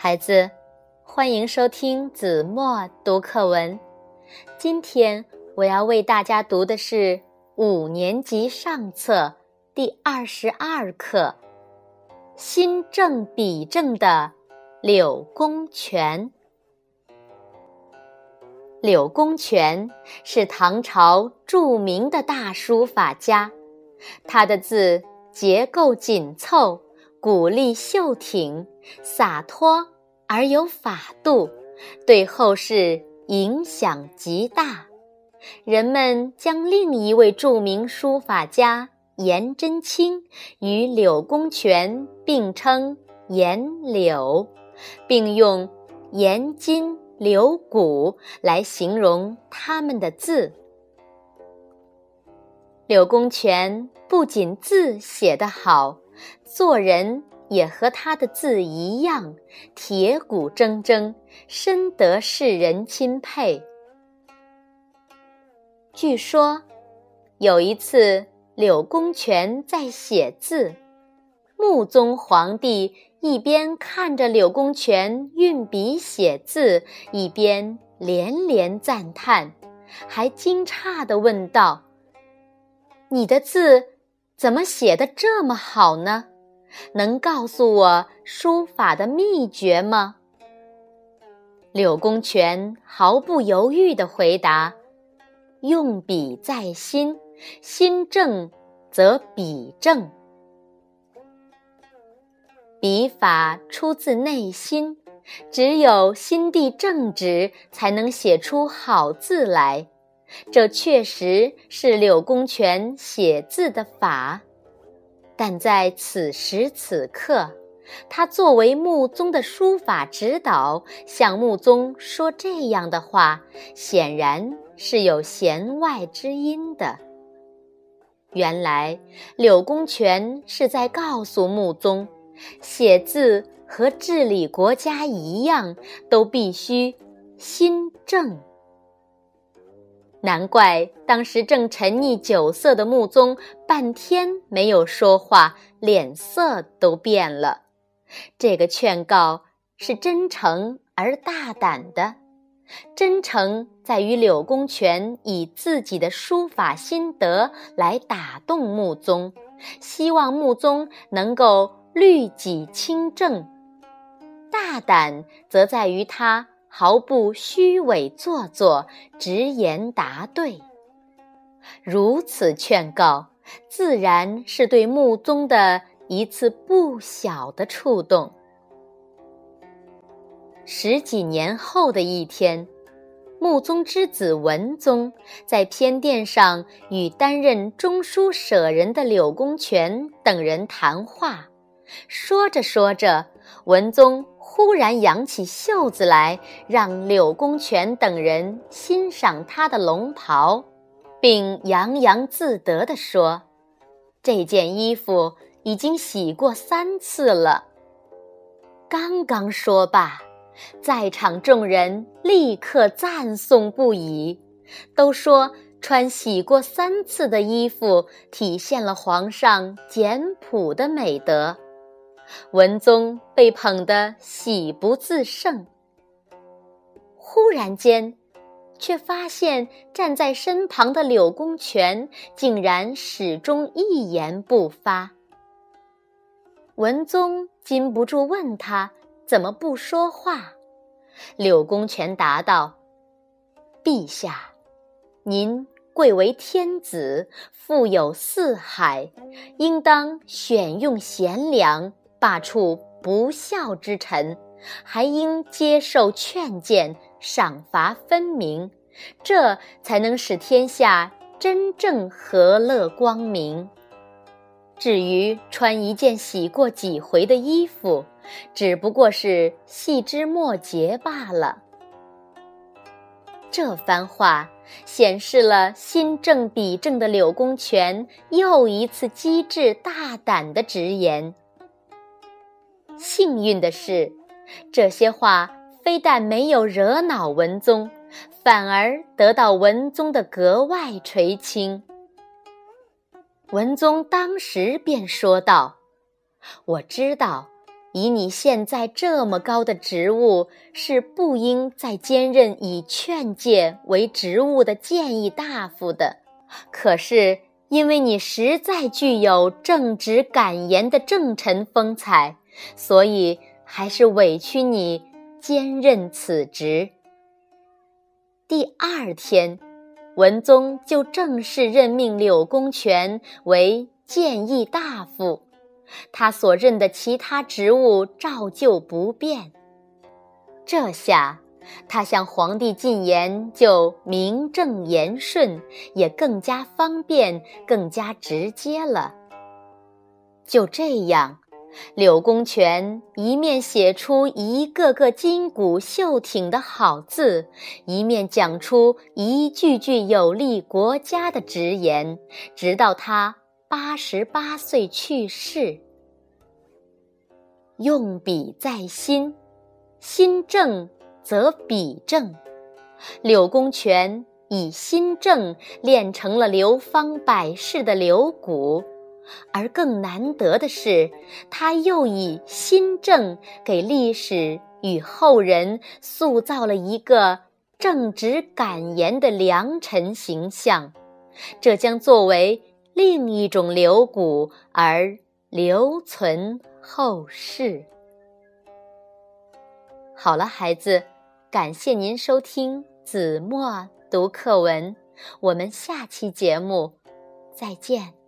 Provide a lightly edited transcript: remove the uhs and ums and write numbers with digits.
孩子，欢迎收听子墨读课文。今天我要为大家读的是5年级上册第22课《新正比正的柳公权》。柳公权是唐朝著名的大书法家，他的字结构紧凑，骨力秀挺，洒脱而有法度，对后世影响极大。人们将另一位著名书法家颜真卿与柳公权并称颜柳，并用颜筋柳骨来形容他们的字。柳公权不仅字写得好，做人也和他的字一样，铁骨铮铮，深得世人钦佩。据说有一次，柳公权在写字，穆宗皇帝一边看着柳公权运笔写字，一边连连赞叹，还惊诧地问道：“你的字怎么写得这么好呢？能告诉我书法的秘诀吗？”柳公权毫不犹豫地回答：“用笔在心，心正则笔正。”笔法出自内心，只有心地正直，才能写出好字来。这确实是柳公权写字的法。但在此时此刻，他作为穆宗的书法指导，向穆宗说这样的话，显然是有弦外之音的。原来柳公权是在告诉穆宗，写字和治理国家一样，都必须心正。难怪当时正沉溺酒色的穆宗半天没有说话，脸色都变了。这个劝告是真诚而大胆的，真诚在于柳公权以自己的书法心得来打动穆宗，希望穆宗能够律己清正。大胆则在于他毫不虚伪做作，直言答对。如此劝告，自然是对穆宗的一次不小的触动。10几年后的一天，穆宗之子文宗在偏殿上与担任中书舍人的柳公权等人谈话，说着说着，文宗忽然扬起袖子来，让柳公权等人欣赏他的龙袍，并洋洋自得地说：“这件衣服已经洗过3次了。”刚刚说罢，在场众人立刻赞颂不已，都说穿洗过3次的衣服体现了皇上简朴的美德。文宗被捧得喜不自胜，忽然间却发现站在身旁的柳公权竟然始终一言不发。文宗禁不住问他怎么不说话。柳公权答道：“陛下，您贵为天子，富有四海，应当选用贤良，罢黜不孝之臣，还应接受劝谏，赏罚分明，这才能使天下真正和乐光明。至于穿一件洗过几回的衣服，只不过是细枝末节罢了。”这番话显示了心正笔正的柳公权又一次机智大胆的直言。幸运的是，这些话非但没有惹恼文宗，反而得到文宗的格外垂青。文宗当时便说道：“我知道以你现在这么高的职务，是不应再兼任以劝诫为职务的谏议大夫的。可是因为你实在具有正直敢言的正臣风采，所以还是委屈你兼任此职。第二天，文宗就正式任命柳公权为谏议大夫，他所任的其他职务照旧不变。这下他向皇帝进言就名正言顺，也更加方便，更加直接了。就这样，柳公权一面写出一个个筋骨秀挺的好字，一面讲出一句句有利国家的直言，直到他88岁去世。用笔在心，心正则笔正。柳公权以心正练成了流芳百世的柳骨，而更难得的是，他又以心正给历史与后人塑造了一个正直敢言的良臣形象，这将作为另一种柳骨而留存后世。好了，孩子，感谢您收听子墨读课文，我们下期节目再见。